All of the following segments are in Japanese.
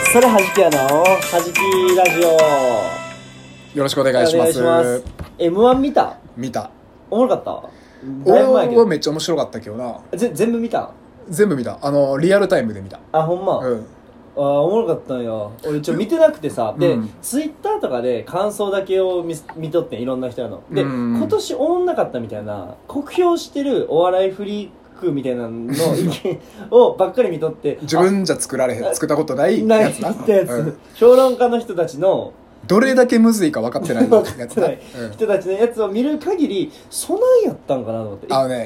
それはじきやのはじきラジオよろしくお願いします。 M1 見た？ 見た。 おもろかった？ 俺はめっちゃ面白かったけどな。 全部見た？ 全部見た。リアルタイムで見た。 あ、ほんま。 うん。 おもろかったんよ。俺見てなくてさ、で、ツイッターとかで感想だけを見とってん、いろんな人ので、今年おもんなかったみたいな酷評してるお笑いフリークみたいなの意見をばっかり見とって自分じゃ作ったことないやつなってやつ、評論家の人たちのどれだけむずいか分かってないやつな、 人たちのやつを見る限りそないやったんかなと思って。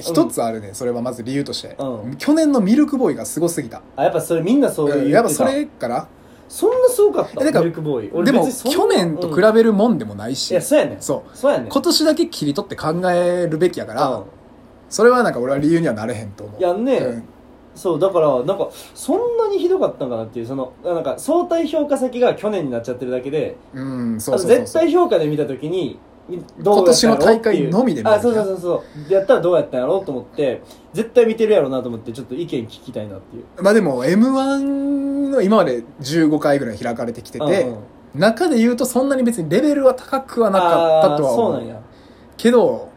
一つあるね、それはまず理由として、去年のミルクボーイがすごすぎた。 やっぱそれみんなそういう、 やっぱそれからそんなすごかったミルクボーイ。 でも去年と比べるもんでもないし、 いやそうやねん、 そうやねん。今年だけ切り取って考えるべきやから、それはなんか俺は理由にはなれへんと思う。 やんね、そうだからなんかそんなにひどかったんかなっていう、そのなんか相対評価先が去年になっちゃってるだけで、絶対評価で見た時に今年の大会のみで見る。 そうやったらどうやったんやろうと思って、絶対見てるやろうなと思って、ちょっと意見聞きたいなっていう。 まあでも M1 の今まで15回ぐらい開かれてきてて、中で言うとそんなに別にレベルは高くはなかったとは思う。 そうなんやけど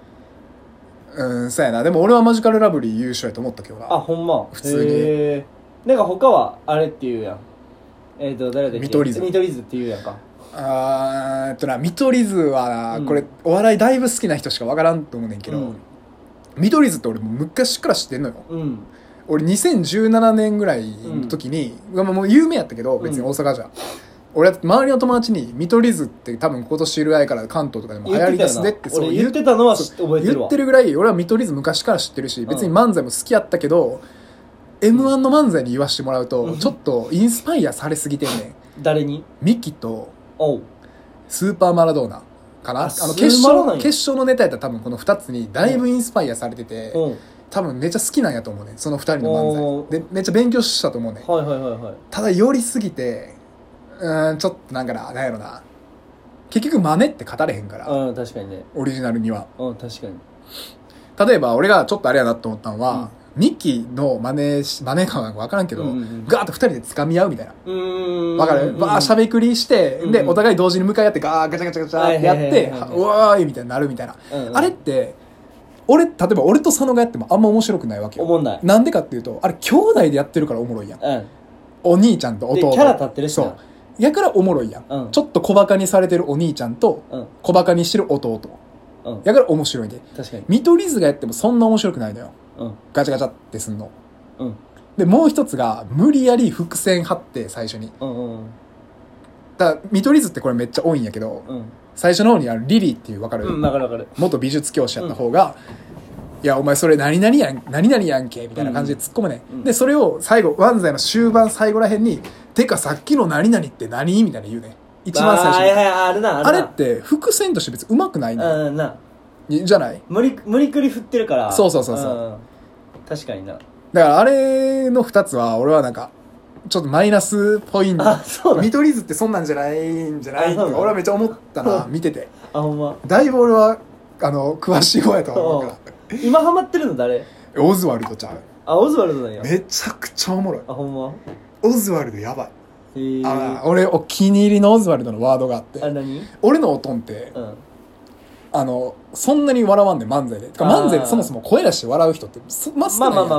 そうやな。でも俺はマジカルラブリー優勝やと思ったけどな。 あ、ほんま。 普通に。 なんか他はあれっていうやん。誰だっけ？ 見取り図っていうやんか。 見取り図はこれお笑いだいぶ好きな人しかわからんと思うねんけど、見取り図って俺も昔から知ってんのよ。俺2017年ぐらいの時に、もう有名やったけど別に大阪じゃ、俺周りの友達に見取り図って多分今年ぐらいから関東とかでも流行りだすでってそう言ってたのは覚えてるわ。 言ってるぐらい俺は見取り図昔から知ってるし、別に漫才も好きやったけど、M1 の漫才に言わしてもらうとちょっとインスパイアされすぎてんねん。 誰に？ ミキとスーパーマラドーナかな。決勝のネタやったら多分この2つにだいぶインスパイアされてて、多分めっちゃ好きなんやと思うねん、その2人の漫才で。めっちゃ勉強したと思うねん。ただ寄りすぎてちょっとなんやろな、結局真似って語れへんから、 確かにね、 オリジナルには。 確かに。 例えば俺がちょっとあれやなと思ったのは、ミキの真似かなんか分からんけど、ガーッと2人で掴み合うみたいな。分かる？バーしゃべくりして、でお互い同時に向かい合ってガチャガチャガチャってやってうわーいみたいになるみたいな。あれって例えば俺と佐野がやってもあんま面白くないわけよ。 おもんない。 なんでかっていうと、あれ兄弟でやってるからおもろいやん。お兄ちゃんと弟キャラ立ってるしな。そうやからおもろいやん、ちょっと小バカにされてるお兄ちゃんと、小バカにしてる弟、やから面白いで。 確かに見取り図がやってもそんな面白くないのよ、ガチャガチャってすんの、でもう一つが無理やり伏線張って最初に、だから見取り図ってこれめっちゃ多いんやけど、最初の方にリリーっていう分かる、元美術教師やった方が、いやお前それ何々やんけみたいな感じで突っ込むね、でそれを最後漫才の終盤最後らへんにてかさっきの何々って何みたいな言うね、一番最初に。あれって伏線として別にうまくないね、じゃない？ 無理くり振ってるから。 そう、 確かにな。 だからあれの2つは俺はなんかちょっとマイナスポイント。見取り図ってそんなんじゃないんじゃないって俺はめっちゃ思ったな見てて。 ほんま。 だいぶ俺は詳しい方やと思うから。 今ハマってるの誰？ オズワルドちゃう。 オズワルドなんや。 めちゃくちゃおもろい。 ほんま。 オズワルドやばい。俺お気に入りのオズワルドのワードがあって、 何？俺のおとんって、そんなに笑わんで漫才で。漫才でそもそも声出して笑う人ってま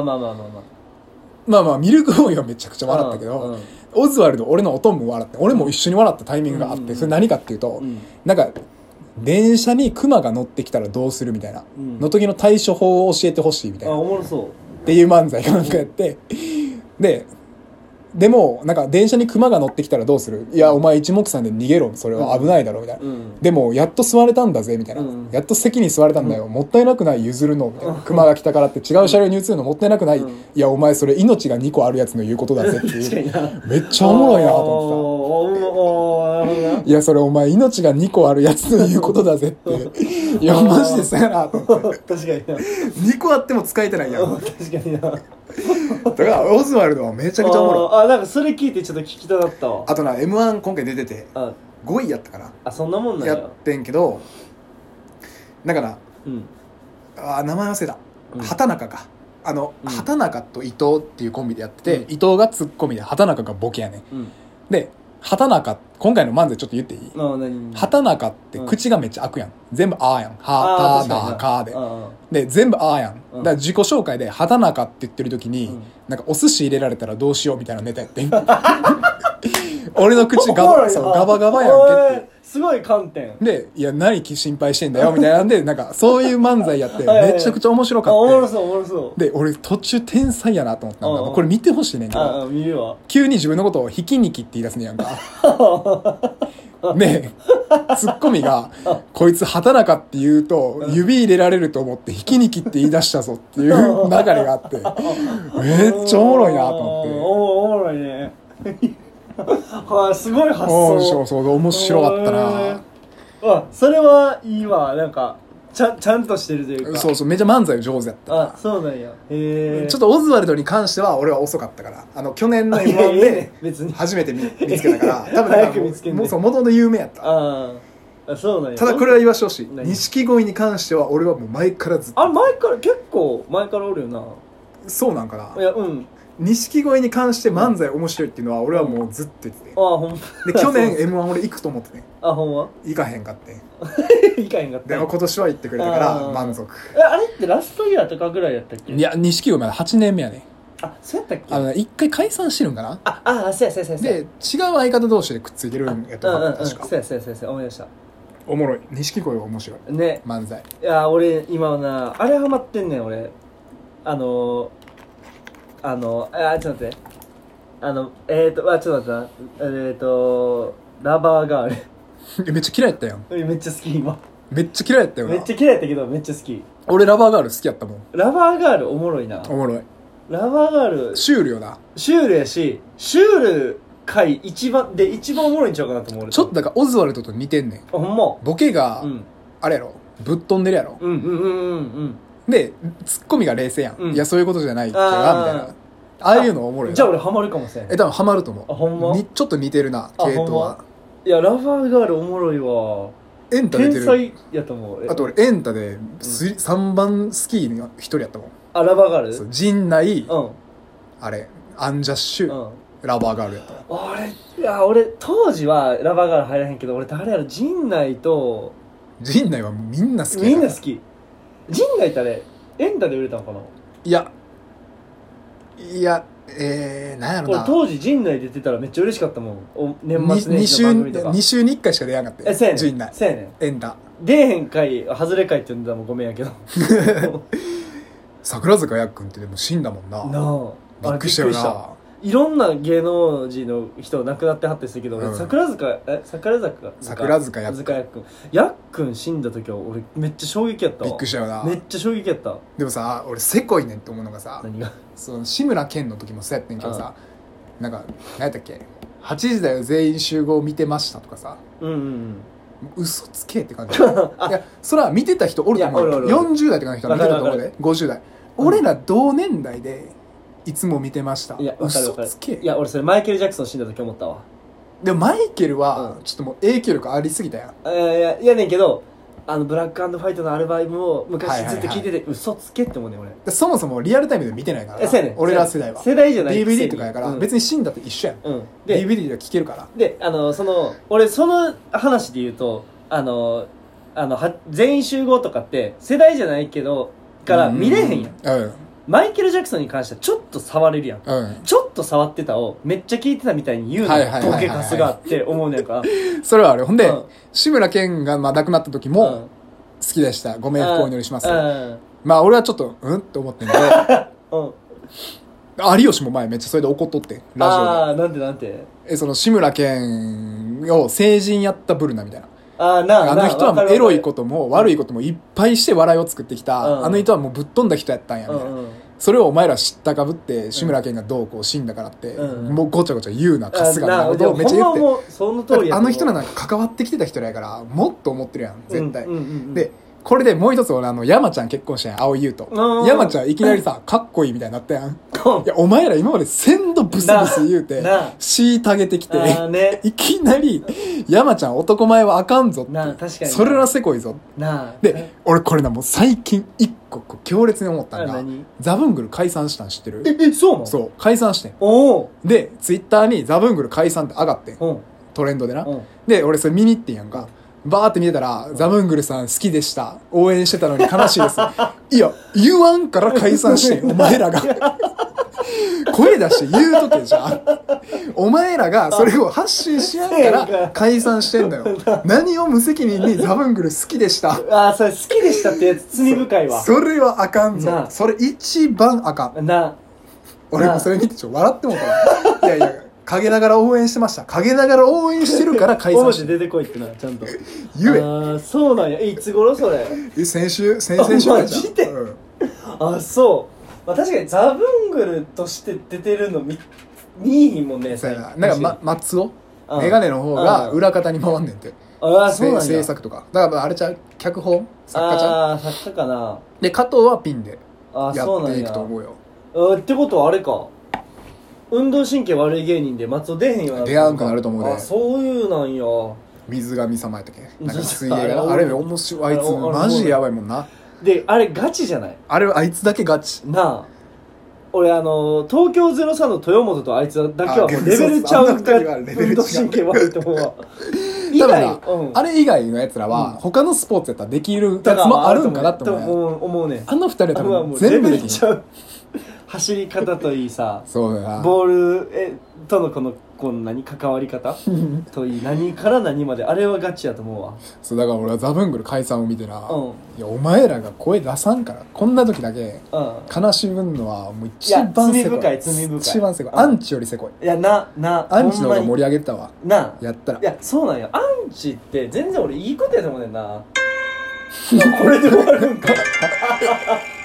あミルクボーイはめちゃくちゃ笑ったけど、オズワルド俺のおとんも笑って、俺も一緒に笑ったタイミングがあって、それ何かっていうと、なんか電車にクマが乗ってきたらどうするみたいなの時の対処法を教えてほしいみたいな、 おもろそうっていう漫才がなんかやって、でもなんか電車にクマが乗ってきたらどうする？いやお前一目散で逃げろ、それは危ないだろみたいな、でもやっと座れたんだぜみたいな、やっと席に座れたんだよ、もったいなくない譲るのみたいな、クマが来たからって違う車両に移るのもったいなくない、いやお前それ命が2個あるやつの言うことだぜっていうめっちゃおもろいなと思ってさ、いやそれお前命が2個あるやつの言うことだぜっていやマジでそうやなと思って。確かにな、2個あっても使えてないやん。 確かにな。 だからオズワルドはめちゃくちゃおもろい。 なんかそれ聞いてちょっと聞きたかったわ。 あとな M1 今回出てて5位やったかな。 そんなもんなんや。 やってんけどだから、名前忘れた、畑中か。畑中と伊藤っていうコンビでやってて、伊藤がツッコミで畑中がボケやねん。 で畑中今回の漫才ちょっと言っていい？畑中って口がめっちゃ開くやん。全部あーやん。畑中で。で、全部あーやん。だから自己紹介で畑中って言ってる時に、なんかお寿司入れられたらどうしようみたいなネタやってん。俺の口ガバガバやんけって。 すごい観点で、いや、何心配してんだよみたいなんで、なんかそういう漫才やって、めちゃくちゃ面白かった。 おもろそう。 で、俺途中天才やなと思ったんだ。これ見てほしいねんけど、 見るわ。 急に自分のことをひきにきって言い出すねやんか。で、ツッコミが、こいつ畑中って言うと、指入れられると思ってひきにきって言い出したぞっていう流れがあって、めっちゃおもろいなと思って。 おもろいね。はい、すごい発想。 そう、面白かったな。 それはいいわ。なんかちゃんとしてるというか。 そう、めっちゃ漫才上手やった。 そうなんや。 ちょっとオズワルドに関しては俺は遅かったから、去年の M1 で初めて見つけたから多分早く見つけんね。 もともと有名やった。 そうなんや。 ただこれは言わしてほしい。錦鯉に関しては俺はもう前からずっと。 結構前からおるよな。 そうなんかな。 いや、 錦鯉に関して漫才面白いっていうのは俺はもうずっと言ってて、 ほんまで去年 M1 俺行くと思ってね、 ほんま行かへんかって行かへんかった。 でも今年は行ってくれたから満足。 あれってラストイヤーとかぐらいやったっけ？ いや、錦鯉まだ8年目やね。 そうやったっけ？ 一回解散してるんかな。 そうやで違う相方同士でくっついてるんやと思う。確かそうや思い出した。 おもろい。錦鯉は面白いね、 漫才。 いや俺今なあれハマってんねん俺。ちょっと待って。ちょっと待ってな。ラバーガール。めっちゃ嫌いやったやん。 めっちゃ好き今。 めっちゃ嫌いやったよな。 めっちゃ嫌いやったけどめっちゃ好き。 俺ラバーガール好きやったもん。 ラバーガールおもろいな。 おもろい。 ラバーガールシュールよな。 シュールやし、シュール回一番おもろいんちゃうかなと思う。 ちょっとだからオズワルドと似てんねん。 ほんま。 ボケが、あれやろ、ぶっ飛んでるやろ。でツッコミが冷静やん。いやそういうことじゃないってみたいな。ああいうのおもろい。 じゃあ俺ハマるかもしれん。 多分ハマると思う。 ほんま。 ちょっと似てるな系統は。 いやラバーガールおもろいわ。 エンタ出てる。 天才やと思う。 あと俺エンタで3番スキーの一人やったもん。 ラバーガール。 陣内、あれアンジャッシュ、ラバーガールやった。 俺当時はラバーガール入らへんけど、俺誰やろ、陣内と。 陣内はみんな好きやから。 みんな好き。陣内ってあれエンタで売れたのかな。 いやなんやろな。 俺当時陣内出てたらめっちゃ嬉しかったもん。年末年始の番組とか 2週に1回しか出やがって。陣内そうやねん。 エンタ出えへん回外れ回って呼んだらもうごめんやけど。 桜塚やっくんってでも死んだもんな。びっくりしたよな。 いろんな芸能人の人亡くなってはってするけど、桜塚やっくん死んだ時は俺めっちゃ衝撃やったわ。 びっくりしたよな。 めっちゃ衝撃やった。 でもさ、俺せこいねんって思うのがさ、 何がその志村けんの時もそうやってんけどさ、なんか何やったっけ、8時だよ全員集合見てましたとかさ、嘘つけって感じ。いやそれは見てた人おると思うよ。40代とかの人は見てたと思うで。50代俺ら同年代でいつも見てました。 いや嘘つけ。 いや俺それマイケル・ジャクソン死んだ時思ったわ。 でもマイケルはちょっともう影響力ありすぎたやん。 いやねんけど、ブラック&ファイトのアルバムを昔ずっと聴いてて、嘘つけって思うねん俺。 そもそもリアルタイムで見てないからな。俺ら世代は世代じゃない DVD とかやから、別に死んだって一緒やん。DVD では聴けるから。 で俺その話で言うと全員集合とかって世代じゃないけどから見れへんやん。マイケル・ジャクソンに関してはちょっと触れるやん、ちょっと触ってたをめっちゃ聞いてたみたいに言うのボケカスがって思うねんから。 それはある。ほんで、志村けんが亡くなった時も好きでした。ご冥福をお祈りします。まあ俺はちょっとって思ってんけど、有吉も前めっちゃそれで怒っとってラジオで。なんてその志村けんを成人やったブルナみたいな。あの人はもうエロいことも悪いこともいっぱいして笑いを作ってきた、あの人はもうぶっ飛んだ人やったんやみたいな、それをお前ら知ったかぶって志村けんがどうこう死んだからって、もうごちゃごちゃ言うな春日みたいなことをめっちゃ言って、あの人らなんか関わってきてた人やからもっと思ってるやん絶対、でこれでもう一つ俺山ちゃん結婚したやん、蒼井優と。山ちゃんいきなりさ、かっこいいみたいになったやん。いや、お前ら今まで鮮度ブスブス言うて、虐げてきて、いきなり、山ちゃん男前はあかんぞって。確かに。それらせこいぞ。で、俺これな、もう最近一個強烈に思ったんが、ザブングル解散したん知ってる？ そうなの？ そう、解散してん。で、ツイッターにザブングル解散って上がってん。トレンドでな。で、俺それ見に行ってんやんか。バーって見てたら、ザブングルさん好きでした。応援してたのに悲しいです。いや、言わんから解散してん、お前らが。声出して言うとけじゃん。お前らがそれを発信しやんから解散してんだよ。何を無責任にザブングル好きでした。 ああ、それ好きでしたってやつ罪深いわ。 それはあかんぞ。それ一番あかん。俺もそれ見て笑ってもうたわ。いやいや。陰ながら応援してました。陰ながら応援してるから解散して出てこいってな、ちゃんと。 言え。 ああ、そうなんや。いつ頃それ？ 先週やじゃん。 マジで？あ、そう。まあ確かにザブングルとして出てるの見いひんもんね。 なんか松尾メガネの方が裏方に回んねんて。 ああ、そうなんや。 制作とか。だからあれちゃう、脚本作家ちゃう。 ああ、作家かな。 で、加藤はピンでやっていくと思うよ。 ってことはあれか。運動神経悪い芸人で松尾出へんよな。 出会うんかなると思うで。 あ、そういうなんや。 水上様やったっけ、なんか水泳があれ面白い。あいつマジでやばいもんな。 で、あれガチじゃない？ あれはあいつだけガチなあ。俺東京03の豊本とあいつだけはもうレベルちゃうか。運動神経悪いと思うわ。 多分な、あれ以外のやつらは他のスポーツやったらできるやつもあるんかなって思うね。 あの二人は多分全部できる。 走り方といいさ、 そうだな、 ボールとのこの関わり方といい、何から何まであれはガチやと思うわ。 そうだから俺はザブングル解散を見てな、いやお前らが声出さんからこんな時だけ悲しむのはもう一番せこい。罪深い一番せこい。アンチよりせこい。 いやアンチの方が盛り上げたわなやったら。 いやそうなんや。アンチって全然俺いいことやと思うねんな。これで終わるんか。